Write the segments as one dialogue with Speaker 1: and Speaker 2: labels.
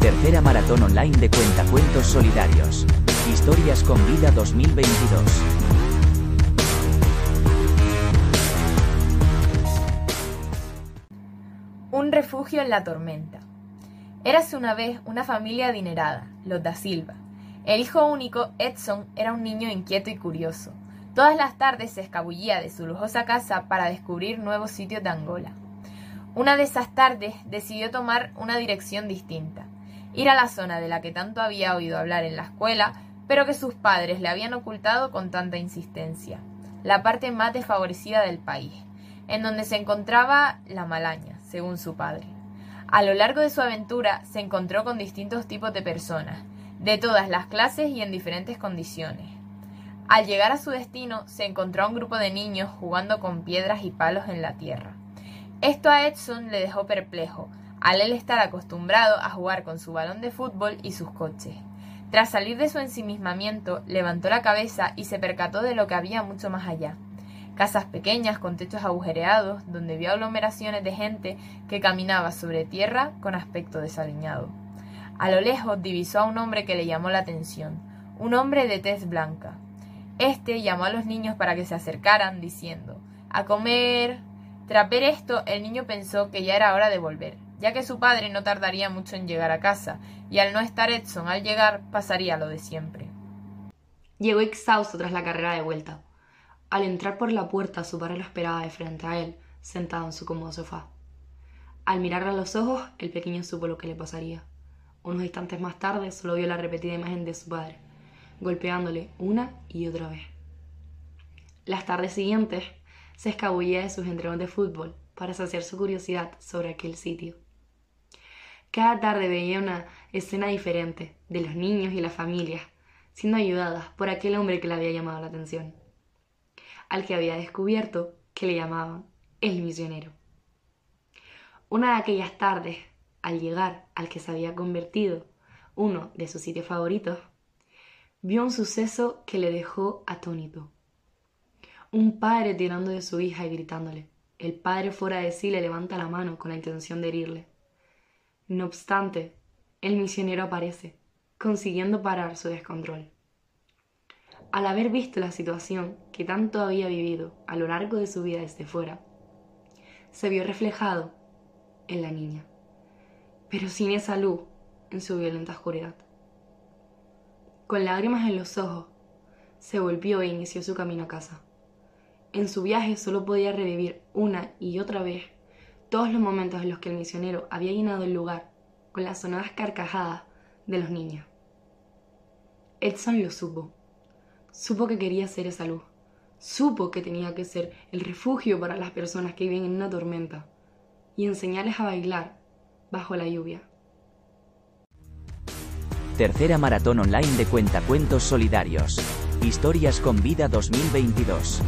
Speaker 1: Tercera maratón online de Cuentacuentos Solidarios. Historias con Vida 2022.
Speaker 2: Un refugio en la tormenta. Érase una vez una familia adinerada, los da Silva. El hijo único, Edson, era un niño inquieto y curioso. Todas las tardes se escabullía de su lujosa casa para descubrir nuevos sitios de Angola. Una de esas tardes decidió tomar una dirección distinta, ir a la zona de la que tanto había oído hablar en la escuela, pero que sus padres le habían ocultado con tanta insistencia, la parte más desfavorecida del país, en donde se encontraba la Malaña, según su padre. A lo largo de su aventura se encontró con distintos tipos de personas, de todas las clases y en diferentes condiciones. Al llegar a su destino, se encontró a un grupo de niños jugando con piedras y palos en la tierra. Esto a Edson le dejó perplejo, al él estar acostumbrado a jugar con su balón de fútbol y sus coches. Tras salir de su ensimismamiento, levantó la cabeza y se percató de lo que había mucho más allá. Casas pequeñas con techos agujereados, donde vio aglomeraciones de gente que caminaba sobre tierra con aspecto desaliñado. A lo lejos divisó a un hombre que le llamó la atención, un hombre de tez blanca. Este llamó a los niños para que se acercaran, diciendo: «¡A comer!». Tras ver esto, el niño pensó que ya era hora de volver, ya que su padre no tardaría mucho en llegar a casa, y al no estar Edson al llegar, pasaría lo de siempre.
Speaker 3: Llegó exhausto tras la carrera de vuelta. Al entrar por la puerta, su padre lo esperaba de frente a él, sentado en su cómodo sofá. Al mirarle a los ojos, el pequeño supo lo que le pasaría. Unos instantes más tarde, solo vio la repetida imagen de su padre, golpeándole una y otra vez. Las tardes siguientes, se escabullía de sus entrenos de fútbol para saciar su curiosidad sobre aquel sitio. Cada tarde veía una escena diferente de los niños y las familias, siendo ayudadas por aquel hombre que le había llamado la atención, al que había descubierto que le llamaban el misionero. Una de aquellas tardes, al llegar al que se había convertido uno de sus sitios favoritos, vio un suceso que le dejó atónito. Un padre tirando de su hija y gritándole. El padre, fuera de sí, le levanta la mano con la intención de herirle. No obstante, el misionero aparece, consiguiendo parar su descontrol. Al haber visto la situación que tanto había vivido a lo largo de su vida desde fuera, se vio reflejado en la niña, pero sin esa luz en su violenta oscuridad. Con lágrimas en los ojos, se volvió e inició su camino a casa. En su viaje solo podía revivir una y otra vez todos los momentos en los que el misionero había llenado el lugar con las sonoras carcajadas de los niños. Edson lo supo. Supo que quería ser esa luz. Supo que tenía que ser el refugio para las personas que viven en una tormenta y enseñarles a bailar bajo la lluvia.
Speaker 1: Tercera maratón online de Cuentacuentos Solidarios. Historias con Vida 2022.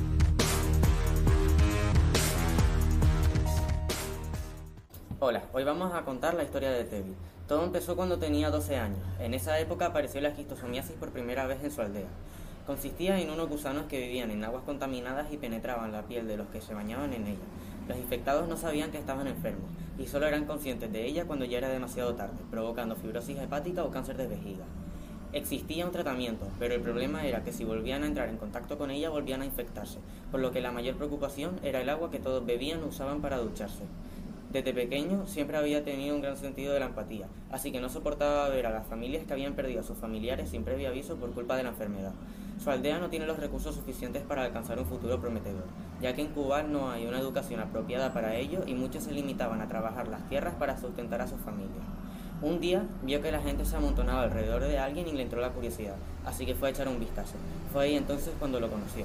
Speaker 4: Hola, hoy vamos a contar la historia de Tevi. Todo empezó cuando tenía 12 años. En esa época apareció la esquistosomiasis por primera vez en su aldea. Consistía en unos gusanos que vivían en aguas contaminadas y penetraban la piel de los que se bañaban en ella. Los infectados no sabían que estaban enfermos y solo eran conscientes de ella cuando ya era demasiado tarde, provocando fibrosis hepática o cáncer de vejiga. Existía un tratamiento, pero el problema era que si volvían a entrar en contacto con ella volvían a infectarse, por lo que la mayor preocupación era el agua que todos bebían o usaban para ducharse. Desde pequeño siempre había tenido un gran sentido de la empatía, así que no soportaba ver a las familias que habían perdido a sus familiares sin previo aviso por culpa de la enfermedad. Su aldea no tiene los recursos suficientes para alcanzar un futuro prometedor, ya que en Cuba no hay una educación apropiada para ello y muchos se limitaban a trabajar las tierras para sustentar a sus familias. Un día vio que la gente se amontonaba alrededor de alguien y le entró la curiosidad, así que fue a echar un vistazo. Fue ahí entonces cuando lo conoció.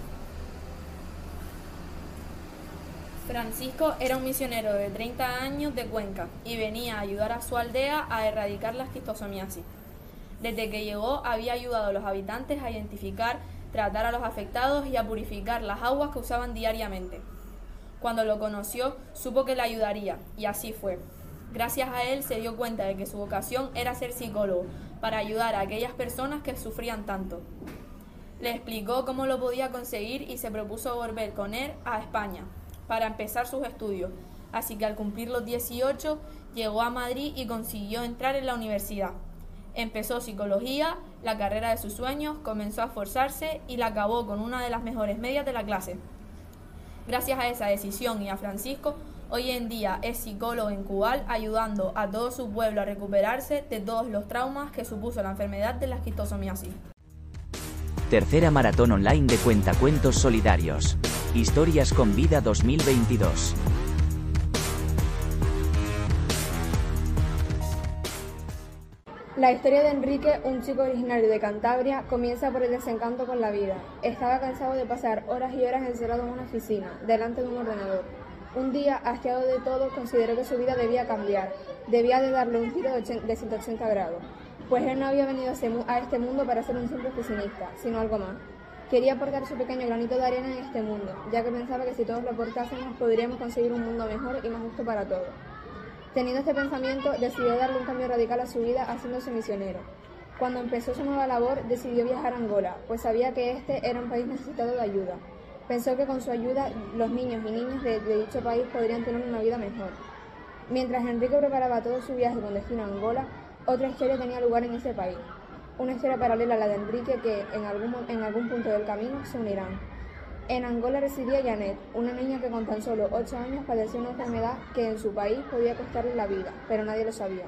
Speaker 5: Francisco era un misionero de 30 años de Cuenca y venía a ayudar a su aldea a erradicar la esquistosomiasis. Desde que llegó había ayudado a los habitantes a identificar, tratar a los afectados y a purificar las aguas que usaban diariamente. Cuando lo conoció, supo que le ayudaría, y así fue. Gracias a él se dio cuenta de que su vocación era ser psicólogo, para ayudar a aquellas personas que sufrían tanto. Le explicó cómo lo podía conseguir y se propuso volver con él a España para empezar sus estudios. así que al cumplir los 18 llegó a Madrid y consiguió entrar en la universidad. Empezó psicología, la carrera de sus sueños, comenzó a esforzarse y la acabó con una de las mejores medias de la clase. Gracias a esa decisión y a Francisco, hoy en día es psicólogo en Cubal, ayudando a todo su pueblo a recuperarse de todos los traumas que supuso la enfermedad de la esquistosomiasis.
Speaker 1: Tercera maratón online de Cuentacuentos Solidarios. Historias con Vida 2022.
Speaker 6: La historia de Enrique, un chico originario de Cantabria, comienza por el desencanto con la vida. Estaba cansado de pasar horas y horas encerrado en una oficina, delante de un ordenador. Un día, hastiado de todo, consideró que su vida debía cambiar, debía de darle un giro de 180 grados, pues él no había venido a este mundo para ser un simple oficinista, sino algo más. Quería aportar su pequeño granito de arena en este mundo, ya que pensaba que si todos lo aportásemos podríamos conseguir un mundo mejor y más justo para todos. Teniendo este pensamiento, decidió darle un cambio radical a su vida haciéndose misionero. Cuando empezó su nueva labor, decidió viajar a Angola, pues sabía que este era un país necesitado de ayuda. Pensó que con su ayuda los niños y niñas de dicho país podrían tener una vida mejor. Mientras Enrique preparaba todo su viaje con destino a Angola, otra historia tenía lugar en ese país. Una historia paralela a la de Enrique que en algún punto del camino se unirán. En Angola residía Janet, una niña que con tan solo 8 años padecía una enfermedad que en su país podía costarle la vida, pero nadie lo sabía.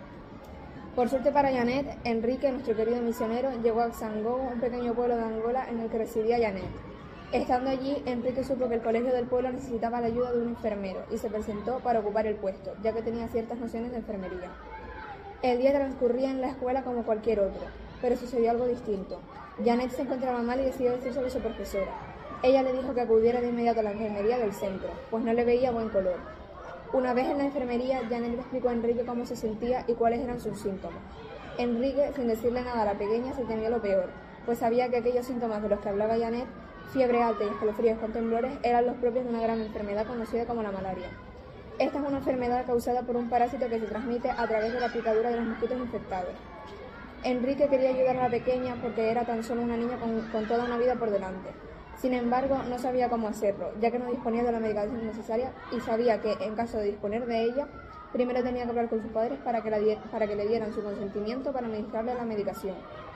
Speaker 6: Por suerte para Janet, Enrique, nuestro querido misionero, llegó a Xangogo, un pequeño pueblo de Angola en el que residía Janet. Estando allí, Enrique supo que el colegio del pueblo necesitaba la ayuda de un enfermero y se presentó para ocupar el puesto, ya que tenía ciertas nociones de enfermería. El día transcurría en la escuela como cualquier otro, pero sucedió algo distinto. Janet se encontraba mal y decidió decírselo a su profesora. Ella le dijo que acudiera de inmediato a la enfermería del centro, pues no le veía buen color. Una vez en la enfermería, Janet le explicó a Enrique cómo se sentía y cuáles eran sus síntomas. Enrique, sin decirle nada a la pequeña, se temía lo peor, pues sabía que aquellos síntomas de los que hablaba Janet, fiebre alta y escalofríos con temblores, eran los propios de una gran enfermedad conocida como la malaria. Esta es una enfermedad causada por un parásito que se transmite a través de la picadura de los mosquitos infectados. Enrique quería ayudar a la pequeña porque era tan solo una niña con toda una vida por delante. Sin embargo, no sabía cómo hacerlo, ya que no disponía de la medicación necesaria y sabía que, en caso de disponer de ella, primero tenía que hablar con sus padres para que le dieran su consentimiento para administrarle la medicación.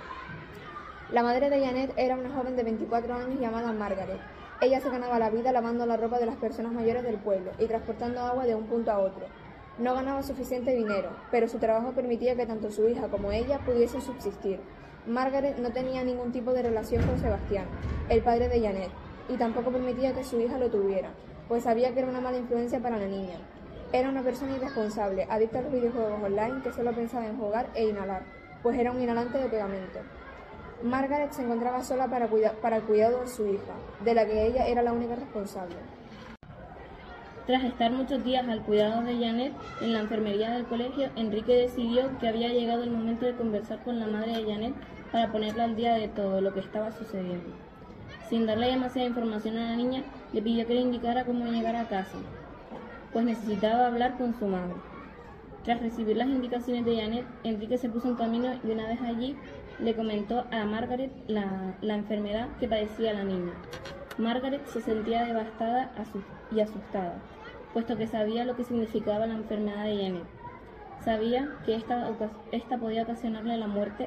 Speaker 6: La madre de Janet era una joven de 24 años llamada Margaret. Ella se ganaba la vida lavando la ropa de las personas mayores del pueblo y transportando agua de un punto a otro. No ganaba suficiente dinero, pero su trabajo permitía que tanto su hija como ella pudiesen subsistir. Margaret no tenía ningún tipo de relación con Sebastián, el padre de Janet, y tampoco permitía que su hija lo tuviera, pues sabía que era una mala influencia para la niña. Era una persona irresponsable, adicta a los videojuegos online que solo pensaba en jugar e inhalar, pues era un inhalante de pegamento. Margaret se encontraba sola para el cuidado de su hija, de la que ella era la única responsable.
Speaker 7: Tras estar muchos días al cuidado de Janet en la enfermería del colegio, Enrique decidió que había llegado el momento de conversar con la madre de Janet para ponerla al día de todo lo que estaba sucediendo. Sin darle demasiada información a la niña, le pidió que le indicara cómo llegar a casa, pues necesitaba hablar con su madre. Tras recibir las indicaciones de Janet, Enrique se puso en camino y una vez allí le comentó a Margaret la enfermedad que padecía la niña. Margaret se sentía devastada y asustada, puesto que sabía lo que significaba la enfermedad de Janet. Sabía que esta podía ocasionarle la muerte.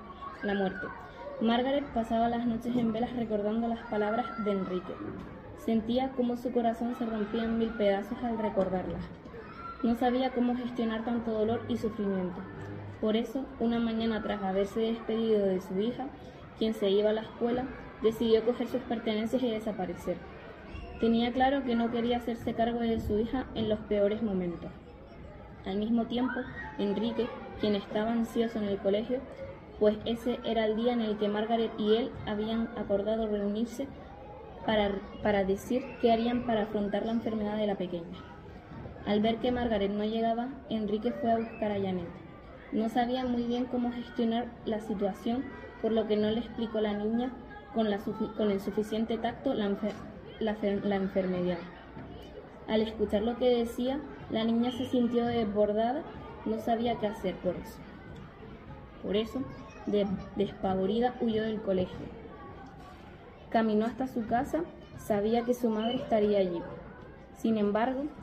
Speaker 7: Margaret pasaba las noches en velas recordando las palabras de Enrique. Sentía cómo su corazón se rompía en 1000 pedazos al recordarlas. No sabía cómo gestionar tanto dolor y sufrimiento. Por eso, una mañana tras haberse despedido de su hija, quien se iba a la escuela, decidió coger sus pertenencias y desaparecer. Tenía claro que no quería hacerse cargo de su hija en los peores momentos. Al mismo tiempo, Enrique, quien estaba ansioso en el colegio, pues ese era el día en el que Margaret y él habían acordado reunirse para decir qué harían para afrontar la enfermedad de la pequeña. Al ver que Margaret no llegaba, Enrique fue a buscar a Janet. No sabía muy bien cómo gestionar la situación, por lo que no le explicó a la niña con el suficiente tacto la enfermedad. Al escuchar lo que decía, la niña se sintió desbordada, no sabía qué hacer por eso. Por eso, despavorida, huyó del colegio. Caminó hasta su casa, sabía que su madre estaría allí. Sin embargo,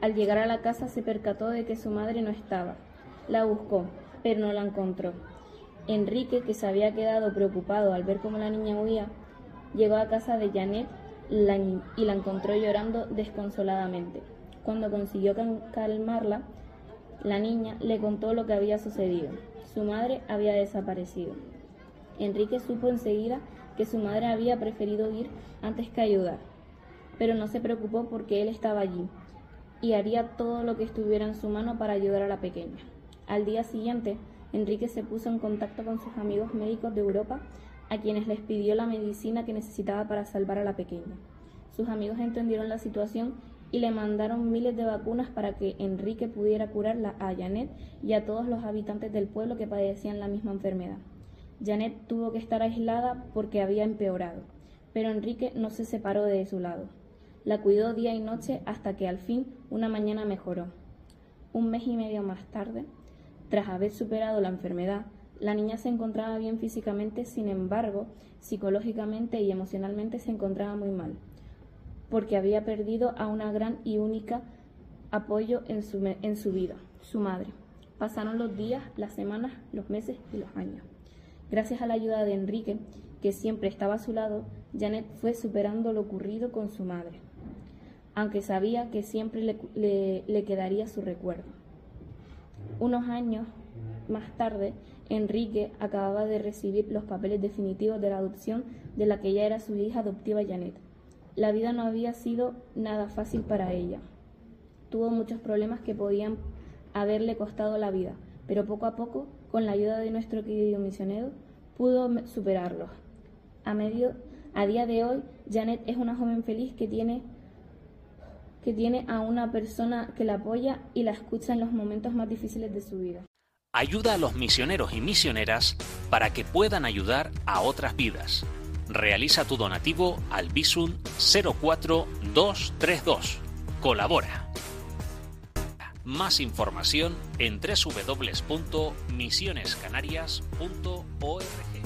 Speaker 7: Al llegar a la casa se percató de que su madre no estaba. La buscó, pero no la encontró. Enrique, que se había quedado preocupado al ver cómo la niña huía, llegó a casa de Janet y la encontró llorando desconsoladamente. Cuando consiguió calmarla, la niña le contó lo que había sucedido. Su madre había desaparecido. Enrique supo enseguida que su madre había preferido ir antes que ayudar, pero no se preocupó porque él estaba allí y haría todo lo que estuviera en su mano para ayudar a la pequeña. Al día siguiente, Enrique se puso en contacto con sus amigos médicos de Europa, a quienes les pidió la medicina que necesitaba para salvar a la pequeña. Sus amigos entendieron la situación y le mandaron miles de vacunas para que Enrique pudiera curar a Janet y a todos los habitantes del pueblo que padecían la misma enfermedad. Janet tuvo que estar aislada porque había empeorado, pero Enrique no se separó de su lado. La cuidó día y noche hasta que al fin una mañana mejoró. 1 mes y medio más tarde, tras haber superado la enfermedad, la niña se encontraba bien físicamente, sin embargo, psicológicamente y emocionalmente se encontraba muy mal, porque había perdido a una gran y única apoyo en su vida, su madre. Pasaron los días, las semanas, los meses y los años. Gracias a la ayuda de Enrique, que siempre estaba a su lado, Janet fue superando lo ocurrido con su madre, aunque sabía que siempre le quedaría su recuerdo. Unos años más tarde, Enrique acababa de recibir los papeles definitivos de la adopción de la que ya era su hija adoptiva Janet. La vida no había sido nada fácil para ella. Tuvo muchos problemas que podían haberle costado la vida, pero poco a poco, con la ayuda de nuestro querido misionero, pudo superarlos. A día de hoy, Janet es una joven feliz que tiene a una persona que la apoya y la escucha en los momentos más difíciles de su vida.
Speaker 8: Ayuda a los misioneros y misioneras para que puedan ayudar a otras vidas. Realiza tu donativo al Bizum 04232. Colabora. Más información en www.misionescanarias.org.